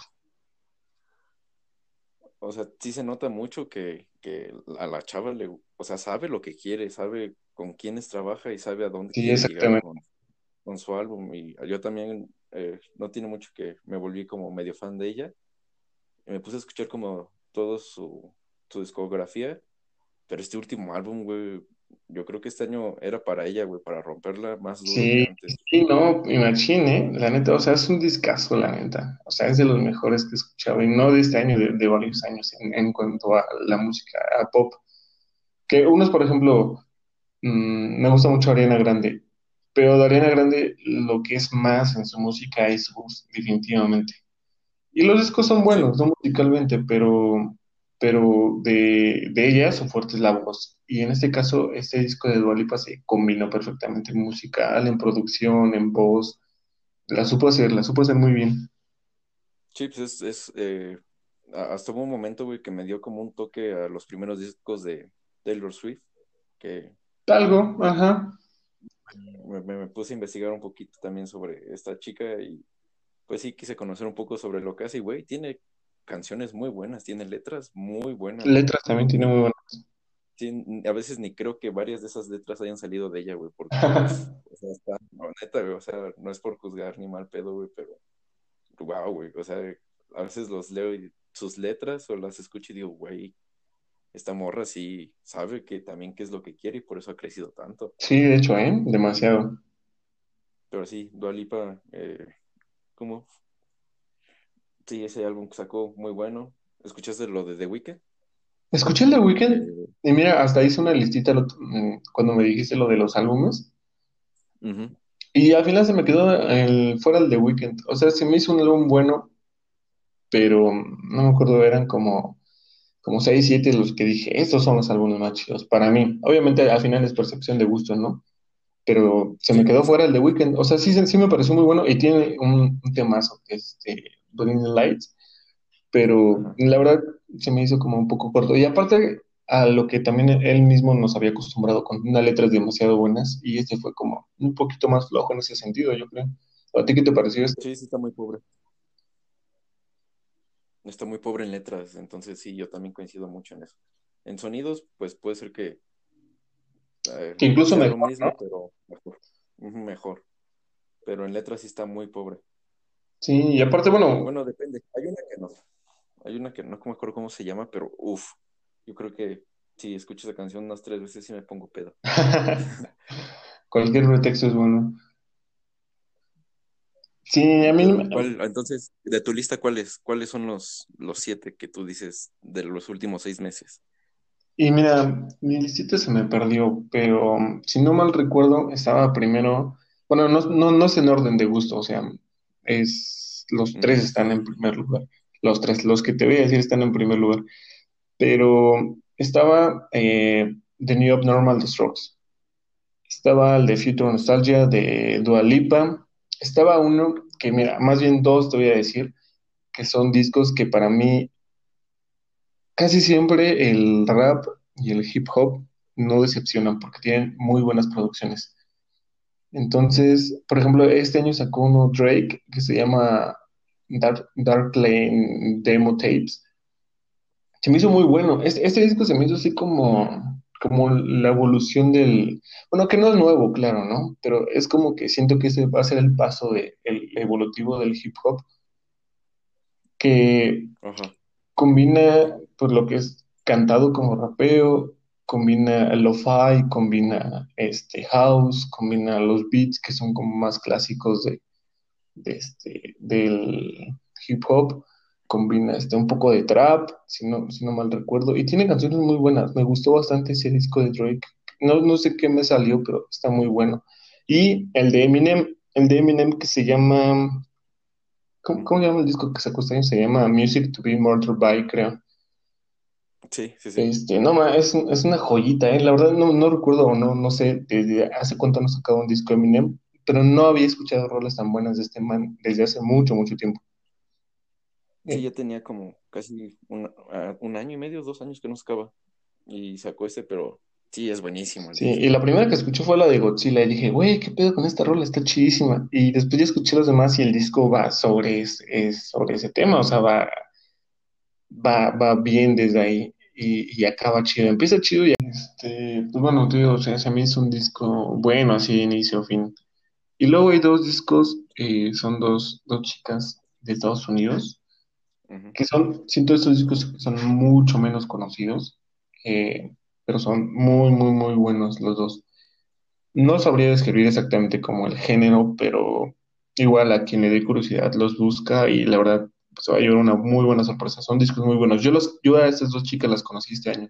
O sea, sí se nota mucho que, que a la chava le, o sea, sabe lo que quiere, sabe con quiénes trabaja y sabe a dónde Sí, quiere llegar exactamente. con, con su álbum. Y yo también, eh, no tiene mucho que me volví como medio fan de ella. Y me puse a escuchar como todo su, su discografía. Pero este último álbum, güey, yo creo que este año era para ella, güey, para romperla más duro que Sí, antes. sí, no, imagine, la neta, o sea, es un discazo, la neta. O sea, es de los mejores que he escuchado, y no de este año, de, de varios años en, en cuanto a la música, a pop. Que unos, por ejemplo, mm, me gusta mucho Ariana Grande, pero de Ariana Grande lo que es más en su música es su voz, definitivamente. Y los discos son Sí, buenos, no musicalmente, pero, pero de, de ella su fuerte es la voz. Y en este caso, este disco de Dua Lipa se combinó perfectamente en musical, en producción, en voz. La supo hacer, la supo hacer muy bien. sí, pues es, es eh, a- hasta hubo un momento, güey, que me dio como un toque a los primeros discos de Taylor Swift, que Algo, ajá. me, me- me puse a investigar un poquito también sobre esta chica y pues sí quise conocer un poco sobre lo que hace y, güey, tiene canciones muy buenas, tiene letras muy buenas, güey. Letras también tiene Y muy buenas. sí, a veces ni creo que varias de esas letras hayan salido de ella, güey, porque, o sea, está, no, neta, güey, o sea, no es por juzgar ni mal pedo, güey, pero, wow, güey, o sea, a veces los leo y sus letras o las escucho y digo, güey, esta morra sí sabe que también qué es lo que quiere y por eso ha crecido tanto. Sí, de hecho, ¿eh? Demasiado. Pero sí, Dua Lipa, eh, ¿cómo? Sí, ese álbum que sacó muy bueno. ¿Escuchaste lo de The Weeknd? Escuché el The Weeknd Eh, y mira, hasta hice una listita el otro- mm, cuando me dijiste lo de los álbumes. ujú. Y al final se me quedó el, fuera el The Weeknd. O sea, se me hizo un álbum bueno, pero mm, no me acuerdo, eran como, como seis, siete los que dije, estos son los álbumes más chidos para mí. Obviamente al final es percepción de gusto, ¿no? Pero se me Sí, quedó fuera el The Weeknd. O sea, sí, sí sí me pareció muy bueno y tiene un, un temazo que es este, Blinding Lights, pero ajá. la verdad se me hizo como un poco corto. Y aparte a lo que también él mismo nos había acostumbrado con unas letras demasiado buenas y este fue como un poquito más flojo en ese sentido, yo creo. ¿A ti qué te pareció este? Sí, sí, está muy pobre. Está muy pobre en letras, entonces sí, yo también coincido mucho en eso. En sonidos, pues puede ser que eh, Que incluso sea mejor, lo ¿no? mismo, pero mejor. Ujú, mejor. Pero en letras sí está muy pobre. Sí, y aparte, bueno, Bueno, depende. Hay una que no. Hay una que no me acuerdo cómo se llama, pero uff. Yo creo que si escucho esa canción unas tres veces sí me pongo pedo. cualquier pretexto es bueno. Sí, a Sí, mí, pero ¿cuál? Entonces, de tu lista, ¿cuáles, cuáles son los, los siete que tú dices de los últimos seis meses? y mira, mi listita se me perdió, pero um, si no mal recuerdo, estaba primero, bueno, no, no, no es en orden de gusto, o sea, es, los Ujú. tres están en primer lugar, los tres, los que te voy a decir están en primer lugar, pero estaba eh, The New Abnormal The Strokes, estaba el de Future Nostalgia de Dua Lipa, estaba uno que, mira, más bien dos te voy a decir, que son discos que para mí casi siempre el rap y el hip hop no decepcionan porque tienen muy buenas producciones. Entonces, por ejemplo, este año sacó uno Drake que se llama Dark, Dark Lane Demo Tapes. Se me hizo muy bueno. Este, este disco se me hizo así como, como la evolución del... Bueno, que no es nuevo, claro, ¿no? Pero es como que siento que ese va a ser el paso de, el evolutivo del hip hop, que Ajá. combina pues lo que es cantado como rapeo, combina el lo-fi, combina este house, combina los beats que son como más clásicos de, de este del hip hop, combina este un poco de trap, si no, si no mal recuerdo, y tiene canciones muy buenas. Me gustó bastante ese disco de Drake. No, no sé qué me salió, pero está muy bueno. Y el de Eminem, el de Eminem que se llama, ¿cómo, cómo se llama el disco que sacó este año? Se llama Music to be Murdered by, creo. Sí, sí, sí. Este, no, ma, es, es una joyita, ¿eh? La verdad no, no recuerdo o no, no sé desde hace cuánto no sacado un disco Eminem, pero no había escuchado rolas tan buenas de este man desde hace mucho, mucho tiempo. Sí, Eh, ya tenía como casi un, ah, un año y medio, dos años que no sacaba. Y sacó este, pero Sí, es buenísimo el Sí, y disco. la primera que escuché fue la de Godzilla y dije, güey, ¿qué pedo con esta rola? Está chidísima. Y después ya escuché los demás y el disco va sobre, es, es sobre ese tema, o sea, va, va, va bien desde ahí y, y acaba chido. Empieza chido y este, pues bueno, tío, o sea, se me hizo un disco bueno, así de inicio a fin. Y luego hay dos discos, eh, son dos, dos chicas de Estados Unidos, Ujú. que son, siento estos discos que son mucho menos conocidos, eh, pero son muy, muy, muy buenos los dos. No sabría describir exactamente como el género, pero igual a quien le dé curiosidad los busca y la verdad pues, se va a llevar una muy buena sorpresa. Son discos muy buenos. Yo, los, yo a estas dos chicas las conocí este año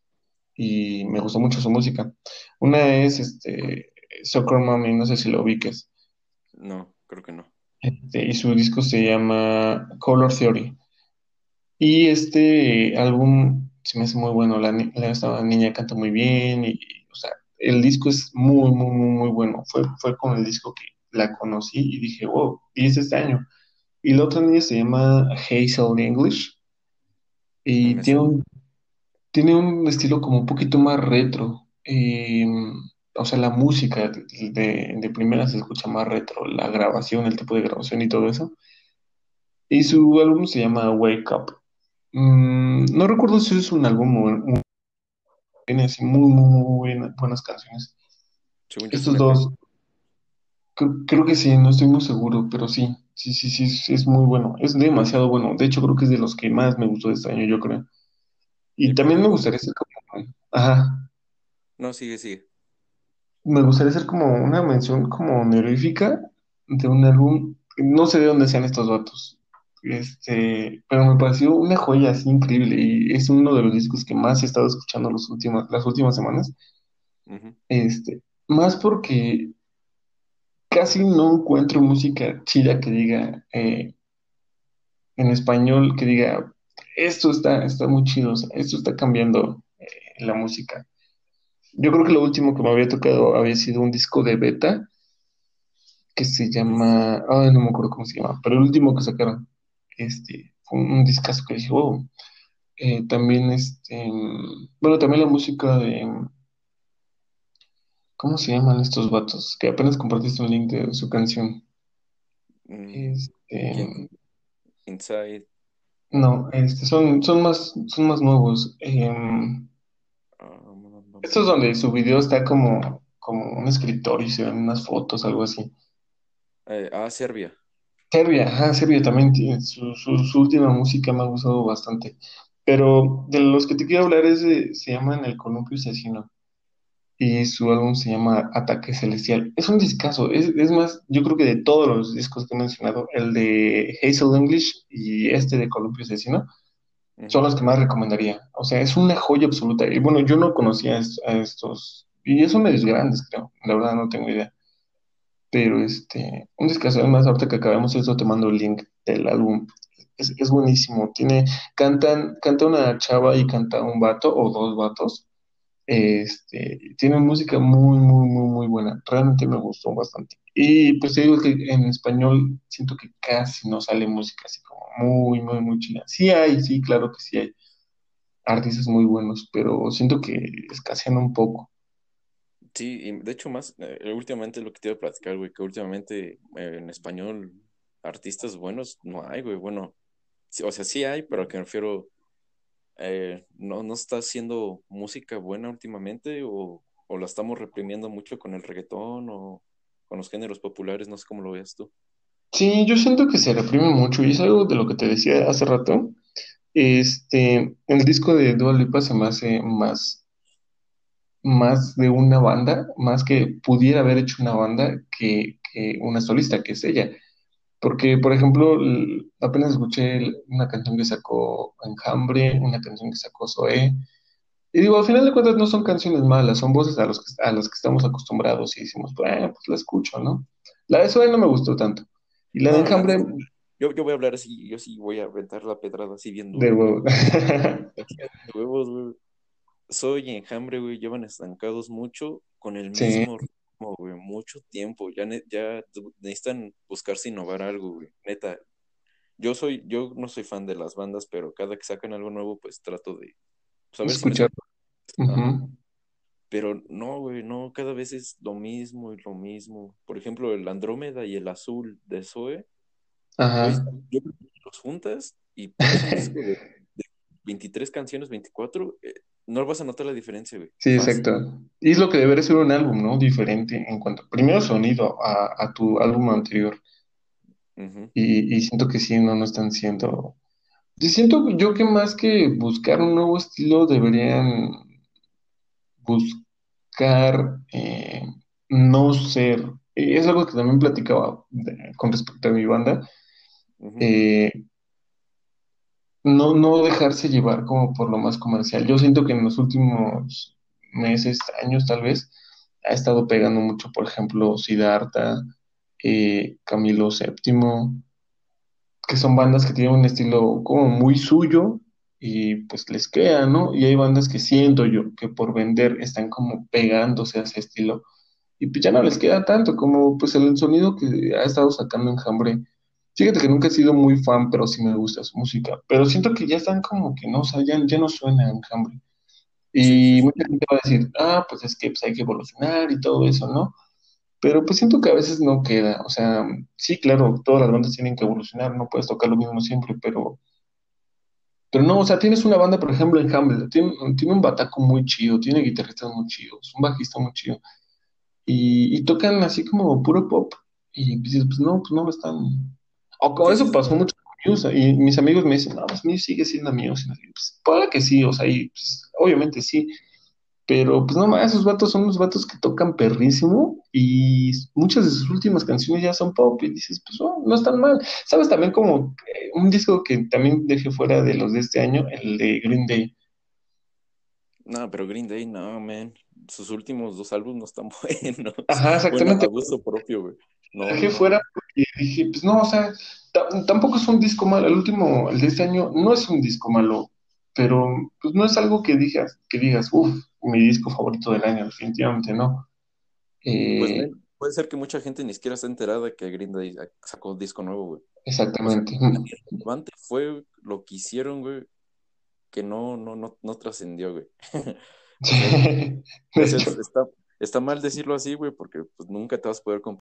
y me gustó mucho su música. Una es este, Soccer Mommy, no sé si lo ubiques, No, creo que no. este, y su disco se llama Color Theory. Y este álbum se me hace muy bueno. La, ni- la- esta niña canta muy bien y, o sea, el disco es muy, muy, muy, muy bueno. Fue, fue con el disco que la conocí y dije, wow, y es este año. Y la otra niña se llama Hazel English No y me tiene suena. un, tiene un estilo como un poquito más retro. Eh, o sea, la música de, de, de primera se escucha más retro, la grabación, el tipo de grabación y todo eso. Y su álbum se llama Wake Up. Mm, no recuerdo si es un álbum muy, muy, tiene así muy, muy, muy buena- buenas canciones. Según yo es un Estos E P. dos, cre- creo que sí, no estoy muy seguro, pero sí, sí, sí, sí, sí, es muy bueno. Es demasiado bueno. De hecho, creo que es de los que más me gustó de este año, yo creo. Y Y por también me ejemplo, gustaría ser como, ajá, no, sigue, sigue. me gustaría hacer como una mención como honorífica de un álbum. No sé de dónde sean estos datos. Este, pero me pareció una joya así increíble y es uno de los discos que más he estado escuchando los últimos, las últimas semanas. Ujú. Este, más porque casi no encuentro música chida que diga eh, en español, que diga, esto está, está muy chido, o sea, esto está cambiando eh, la música. Yo creo que lo último que me había tocado había sido un disco de Beta que se Uf, llama, ay, no me acuerdo cómo se llama, pero el último que sacaron, este, fue un, un discazo que dije, oh, eh, también este, mm, bueno, también la música de, ¿cómo se llaman estos vatos? Que apenas compartiste un link de su canción. mm, ¿quién? Este, Inside. No. no, este, son, son más, son más nuevos. Em, Ah, bum, bum, estos bum. donde su video está como, como un escritorio y se ven unas fotos, algo así. Eh, ah, Serbia. Serbia, ajá, Serbia también tiene su, su, su última música me ha gustado bastante. Pero de los que te quiero hablar es de, se llaman El Columpio Asesino y su álbum se llama Ataque Celestial. Es un discazo, es, es más, yo creo que de todos los discos que he mencionado, el de Hazel English y este de Columpio Asesino son Ujú. los que más recomendaría. O sea, es una joya absoluta. Y bueno, yo no conocía a est- a estos, y son medios grandes, creo. La verdad no tengo idea. Pero este, un discazo, además, ahorita que acabamos esto, te mando el link del álbum. Es, es buenísimo. Tiene, cantan, canta una chava y canta un vato o dos vatos. Este, tiene música muy, muy, muy, muy buena. Realmente me gustó bastante. Y pues te digo que en español siento que casi no sale música así como muy, muy, muy chida. Sí hay, sí, claro que sí hay artistas muy buenos, pero siento que escasean un poco. Sí, y de hecho más, eh, últimamente lo que te iba a platicar, güey, que últimamente eh, en español artistas buenos no hay, güey. Bueno, sí, o sea, sí hay, pero a que me refiero, eh, no, no está haciendo música buena últimamente o, o la estamos reprimiendo mucho con el reggaetón o con los géneros populares, no sé cómo lo veas tú. Sí, yo siento que se reprime mucho y es algo de lo que te decía hace rato. Este, el disco de Dua Lipa se me hace más, más de una banda, más que pudiera haber hecho una banda que, que una solista, que es ella. Porque, por ejemplo, l- apenas escuché el- una canción que sacó Enjambre, una canción que sacó Zoé. Y digo, al final de cuentas no son canciones malas, son voces a, los que, a las que estamos acostumbrados y decimos, bueno, pues la escucho, ¿no? La de Zoé no me gustó tanto. Y la de No, la Enjambre, neta, yo, yo voy a hablar así, yo sí voy a aventar la pedrada así bien duro, güey. debo. De huevos, güey. Soy y Enjambre, güey, llevan estancados mucho con el Sí, mismo ritmo, güey, mucho tiempo. Ya, ne- ya tu- necesitan buscarse innovar algo, güey. Neta, yo soy, yo no soy fan de las bandas, pero cada que sacan algo nuevo, pues trato de, pues a ver si me escuchar. sorprende. Ajá. Ujú. pero no, güey, no, cada vez es lo mismo y lo mismo. Por ejemplo, el Andrómeda y el Azul de Zoe, güey, Ajá. yo creo que si los juntas y pones un disco de, de veintitrés canciones, veinticuatro, eh, no vas a notar la diferencia, güey. Sí, Fácil. exacto. Y es lo que debería ser un álbum, ¿no? Diferente en cuanto, primero sonido a, a tu álbum anterior. Ujú, Y, y siento que sí, no, no están siendo. Yo siento yo que más que buscar un nuevo estilo, deberían buscar eh, no ser. Y es algo que también platicaba de- con respecto a mi banda. ujú, eh, no, no dejarse llevar como por lo más comercial. Yo siento que en los últimos meses, años tal vez, ha estado pegando mucho, por ejemplo, Siddhartha, eh, Camilo Séptimo, que son bandas que tienen un estilo como muy suyo y pues les queda, ¿no? Y hay bandas que siento yo que por vender están como pegándose a ese estilo y pues ya no les queda tanto como pues el sonido que ha estado sacando Enjambre. Fíjate que nunca he sido muy fan, pero sí me gusta su música, pero siento que ya están como que no, o sea, ya, ya no suena Enjambre. sí, sí, Y sí. mucha gente va a decir, ah, pues es que pues, hay que evolucionar y todo eso, ¿no? Pero pues siento que a veces no queda, o sea, sí, claro, todas las bandas tienen que evolucionar, no puedes tocar lo mismo siempre, pero, pero no, o sea, tienes una banda, por ejemplo, en Hamlet, tiene, tiene un bataco muy chido, tiene guitarristas muy chidos, un bajista muy chido, y, y tocan así como puro pop, y dices, pues no, pues no lo están, o como Sí, sí, eso sí. pasó mucho con Muse, y mis amigos me dicen, no, pues Muse sigue siendo Muse, y así, pues puede que sí, o sea, y, pues, obviamente sí, pero pues no más, esos vatos son los vatos que tocan perrísimo y muchas de sus últimas canciones ya son pop y dices, pues no, no están mal. ¿Sabes también como eh, un disco que también dejé fuera de los de este año, el de Green Day? No, pero Green Day, no, man. Sus últimos dos álbumes no están buenos. Ajá, Bueno, a exactamente. gusto propio, güey. Lo No, no, dejé no. fuera porque dije, pues no, o sea, ta- tampoco es un disco malo. El último, el de este año, no es un disco malo, pero pues no es algo que digas, que digas, uff, mi disco favorito del año, definitivamente no. Pues, Eh, man, puede ser que mucha gente ni siquiera está enterada de que Green Day sacó disco nuevo, güey. O sea, exactamente. tan irrelevante fue lo que hicieron, güey, que no, no, no, no trascendió, güey. O sea, De o sea, es- hecho. está, está mal decirlo así, güey, porque pues nunca te vas a poder comprar.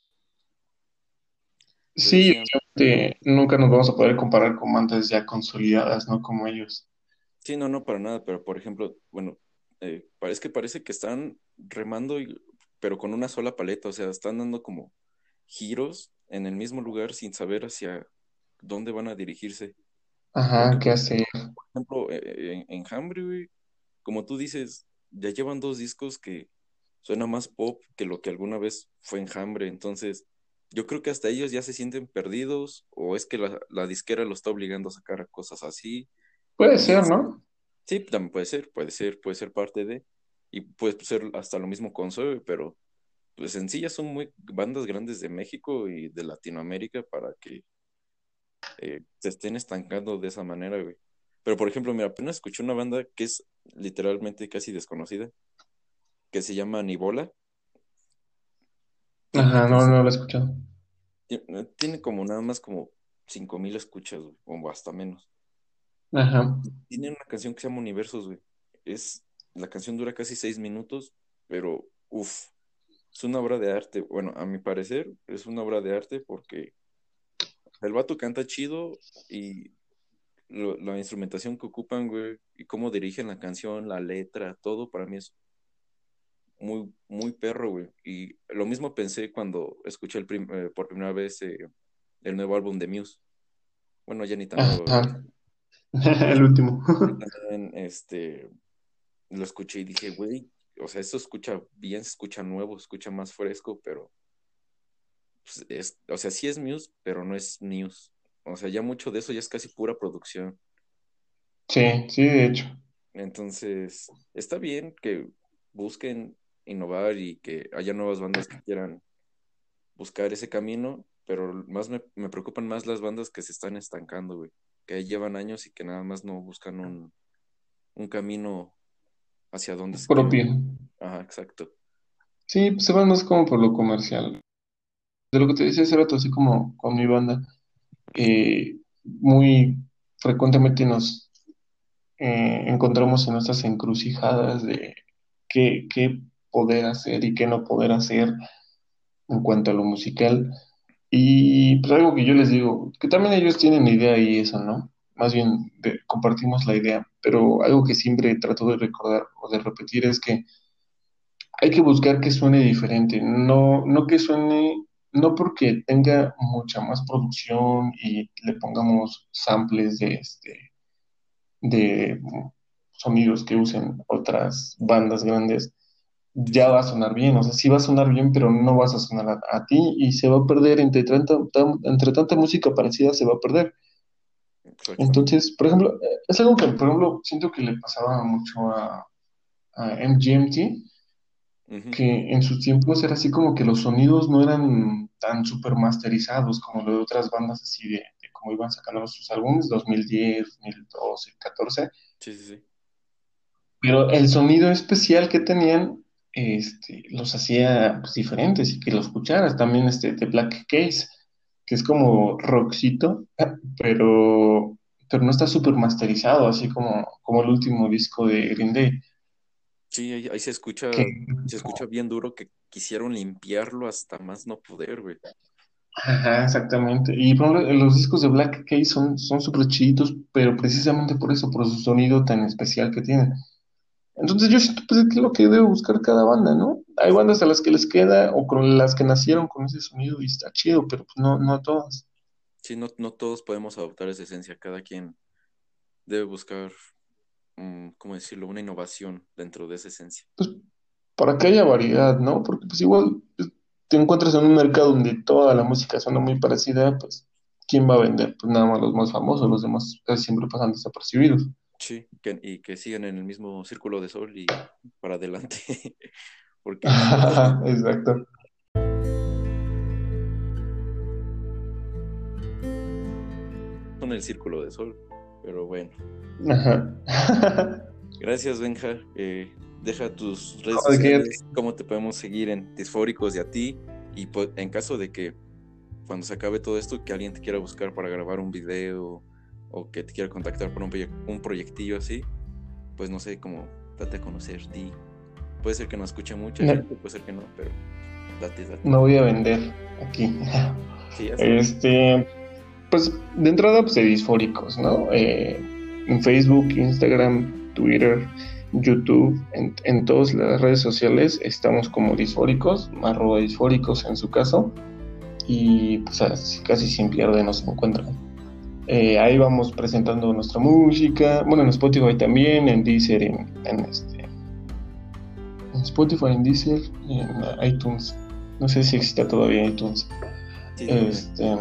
Te Sí, decían, obviamente nunca nos vamos a poder comparar con bandas ya consolidadas, ¿no? Como ellos. sí, no, no, para nada, pero por ejemplo, bueno, eh, parece que parece que están remando, y- pero con una sola paleta, o sea, están dando como giros en el mismo lugar sin saber hacia dónde van a dirigirse. Ajá, Porque, ¿qué por hacer? ejemplo, eh, en, Enjambre, güey, como tú dices, ya llevan dos discos que suena más pop que lo que alguna vez fue Enjambre, entonces yo creo que hasta ellos ya se sienten perdidos o es que la, la disquera lo está obligando a sacar cosas así. Puede Y ser, ¿no? sí, también puede ser, puede ser, puede ser parte de, y puede ser hasta lo mismo con Zoe, pero pues en sí ya son muy bandas grandes de México y de Latinoamérica para que eh, se estén estancando de esa manera, güey. Pero por ejemplo, mira, apenas escuché una banda que es literalmente casi desconocida, que se llama Nibola. Tiene una Ajá, no, canción, no lo he escuchado. ti- eh, tiene como nada más como cinco mil escuchas, güey, o hasta menos. Ajá, Tiene una canción que se llama Universos, güey. Es, la canción dura casi seis minutos, pero uff, es una obra de arte. Bueno, a mi parecer es una obra de arte porque el vato canta chido y lo- la instrumentación que ocupan, güey, y cómo dirigen la canción, la letra, todo para mí es muy, muy perro, güey. Y lo mismo pensé cuando escuché el prim- eh, por primera vez eh, el nuevo álbum de Muse. Bueno, ya ni tan nuevo, ¿verdad? ajá. El Pero último. yo también, este, lo escuché y dije, güey, o sea, esto escucha bien, se escucha nuevo, se escucha más fresco, pero pues, es, o sea, sí es Muse, pero no es News. O sea, ya mucho de eso ya es casi pura producción. Sí, sí, de hecho. Entonces, está bien que busquen innovar y que haya nuevas bandas que quieran buscar ese camino, pero más me, me preocupan más las bandas que se están estancando, güey, que ahí llevan años y que nada más no buscan un, un camino hacia donde se quieren Propio. ir. Ajá, exacto. Sí, pues se van más como por lo comercial. De lo que te decía hace rato, así como con mi banda, eh, muy frecuentemente nos eh, encontramos en nuestras encrucijadas de qué, qué poder hacer y qué no poder hacer en cuanto a lo musical. Y pues algo que yo les digo, que también ellos tienen idea y eso, ¿no? Más bien de- compartimos la idea, pero algo que siempre trato de recordar o de repetir es que hay que buscar que suene diferente, no, no que suene, no porque tenga mucha más producción y le pongamos samples de este, de sonidos que usen otras bandas grandes, Sí, ya sí, va a sonar bien, o sea, sí va a sonar bien, pero no vas a sonar a, a ti y se va a perder entre tanta, tan- entre tanta música parecida, se va a perder. exacto. Entonces, por ejemplo, eh, es algo que, por ejemplo, siento que le pasaba mucho a, a M G M T, Ujú. que en sus tiempos era así como que los sonidos no eran tan super masterizados como lo de otras bandas así de, de cómo iban sacando sus álbumes, dos mil diez, dos mil doce, catorce, Sí, sí, sí. pero el sonido especial que tenían este, los hacía pues, diferentes y que lo escucharas. También este, de Black Case, que es como rockcito, pero, pero no está súper masterizado, así como, como el último disco de Green Day. Sí, ahí, ahí se Que, escucha, se escucha bien duro que quisieron limpiarlo hasta más no poder, güey. ajá, exactamente. Y por ejemplo, los discos de Black Case son son súper chiditos, pero precisamente por eso, por su sonido tan especial que tienen. Entonces yo siento pues, que es lo que debe buscar cada banda, ¿no? Hay bandas a las que les queda o con las que nacieron con ese sonido y está chido, pero pues no, no a todas. Sí, no, no todos podemos adoptar esa esencia, cada quien debe buscar, mm, ¿cómo decirlo?, una innovación dentro de esa esencia. Pues para que haya variedad, ¿no? Porque pues igual pues, te encuentras en un mercado donde toda la música suena muy parecida, pues ¿quién va a vender? Pues nada más los más famosos, los demás casi siempre pasan desapercibidos. Sí, que- y que sigan en el mismo círculo de sol y para adelante, porque sí, Exacto. son el círculo de sol, pero bueno. Ajá. Gracias, Benja. Eh, deja tus redes No, ¿de qué? sociales, cómo te podemos seguir en Disfóricos y a ti, y pues, en caso de que cuando se acabe todo esto, que alguien te quiera buscar para grabar un video o que te quiera contactar por un, proye- un proyectillo así, pues no sé, cómo date a conocer, di. Puede ser que no escuche mucha No, gente, puede ser que no, pero date, date. no voy a vender aquí. Sí, hazlo. Este, pues de entrada, pues de disfóricos, ¿no? Eh, en Facebook, Instagram, Twitter, YouTube, en, en todas las redes sociales estamos como disfóricos, arroba disfóricos en su caso, y pues así, casi sin pierde nos encuentran. Eh, ahí vamos presentando nuestra música, bueno, en Spotify también, en Deezer, en, en este, en Spotify, en Deezer, y en iTunes. No sé si existe todavía iTunes. Sí, debe de. Este,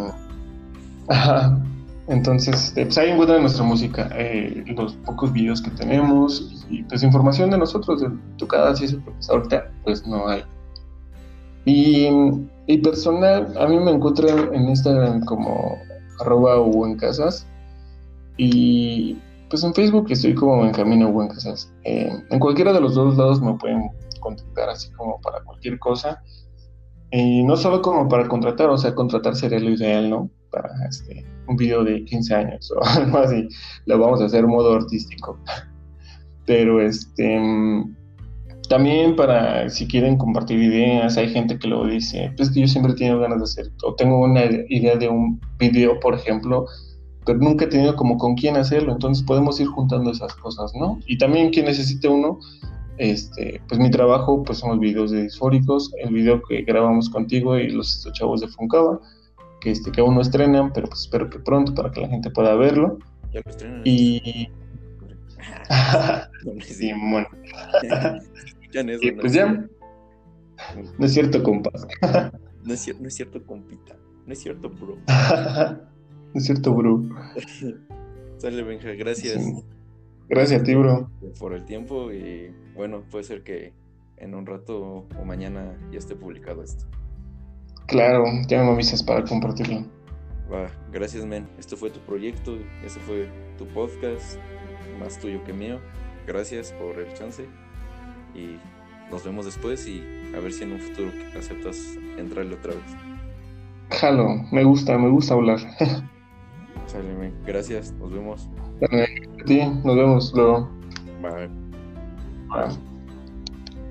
ajá. Entonces, este, pues ahí encuentran nuestra música, eh, los pocos videos que tenemos y pues información de nosotros, de tocadas y eso, pues ahorita pues no hay. Y, y personal, a mí me encuentran en Instagram como arroba Hugo en Casas y pues en Facebook estoy como Benjamín Hugo en Casas. Eh, en cualquiera de los dos lados me pueden contactar así como para cualquier cosa. Y no solo como para contratar, o sea, contratar sería lo ideal, ¿no? Para este, un video de quince años o algo así. Lo vamos a hacer modo artístico. Pero este, mm, también para si quieren compartir ideas, hay gente que lo dice, pues que yo siempre he tenido ganas de hacer, o tengo una idea de un video, por ejemplo, pero nunca he tenido como con quién hacerlo, entonces podemos ir juntando esas cosas, ¿no? Y también quien necesite uno, este, pues mi trabajo pues son los videos de disfóricos, el video que grabamos contigo y los estos chavos de Funcava, que, este, que aún no estrenan, pero pues espero que pronto para que la gente pueda verlo. Ya lo estrenan esta Y semana. Ah, no, es- no, no es sí, cierto. bueno, Si escuchan eso, y no pues es ya, cierto. no es cierto, compas. No es cierto, no es cierto, compita. No es cierto, bro. No es cierto, bro. Sale, Benja, Sí. gracias. Gracias Gracias a ti, por, bro. por el tiempo y bueno, puede ser que en un rato o mañana ya esté publicado esto. Claro, ya me avisas para compartirlo. Va, gracias, men. Esto fue tu proyecto, este fue tu podcast, más tuyo que mío. Gracias por el chance y nos vemos después y a ver si en un futuro aceptas entrarle otra vez. Jalo, me gusta, me gusta hablar. Sale, men. Gracias, nos vemos. A ti, nos vemos luego. Bye. Bye.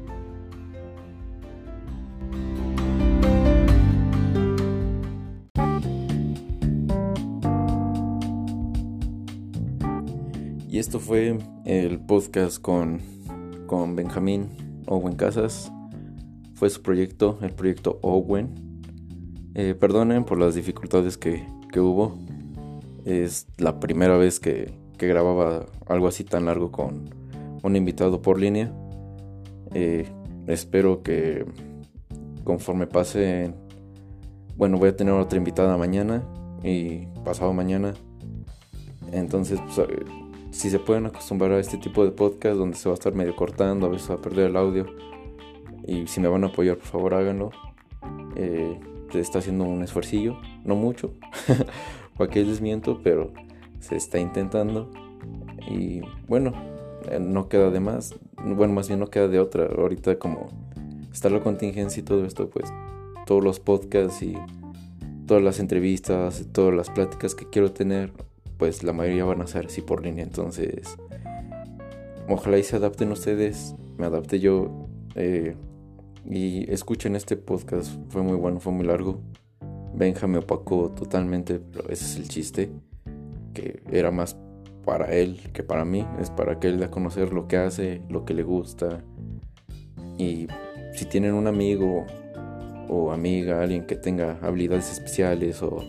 Y esto fue el podcast con, con Benjamín Owen Casas. Fue su proyecto, el proyecto Owen. Eh, perdonen por las dificultades que, que hubo. Es la primera vez que, que grababa algo así tan largo con un invitado por línea. Eh, espero que conforme pase, bueno, voy a tener otra invitada mañana y pasado mañana. Entonces, pues, si se pueden acostumbrar a este tipo de podcast donde se va a estar medio cortando, a veces va a perder el audio, y si me van a apoyar, por favor háganlo. Eh, se está haciendo un esfuercillo, no mucho, para que les miento, pero se está intentando. Y bueno, eh, no queda de más, bueno, más bien no queda de otra. Ahorita como está la contingencia y todo esto, pues todos los podcasts y todas las entrevistas, todas las pláticas que quiero tener, pues la mayoría van a ser así por línea. Entonces ojalá y se adapten ustedes, me adapte yo, eh, y escuchen este podcast. Fue muy bueno, fue muy largo. Benja me opacó totalmente, pero ese es el chiste, que era más para él que para mí. Es para que él dé a conocer lo que hace, lo que le gusta. Y si tienen un amigo o amiga, alguien que tenga habilidades especiales o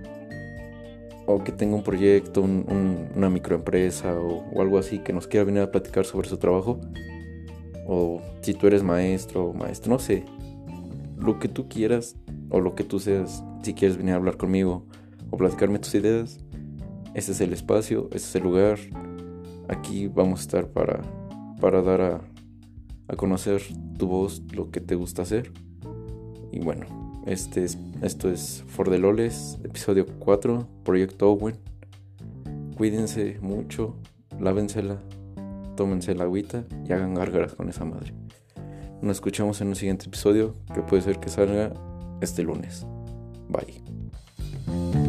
o que tenga un proyecto, un, un, una microempresa o, o algo así, que nos quiera venir a platicar sobre su trabajo, o si tú eres maestro o maestro, no sé, lo que tú quieras o lo que tú seas, si quieres venir a hablar conmigo o platicarme tus ideas, ese es el espacio, ese es el lugar. Aquí vamos a estar para, para dar a, a conocer tu voz, lo que te gusta hacer. Y bueno, Este es, esto es For the Loles, episodio cuatro, Proyecto Owen. Cuídense mucho, lávensela, tómense la agüita y hagan gárgaras con esa madre. Nos escuchamos en un siguiente episodio, que puede ser que salga este lunes. Bye.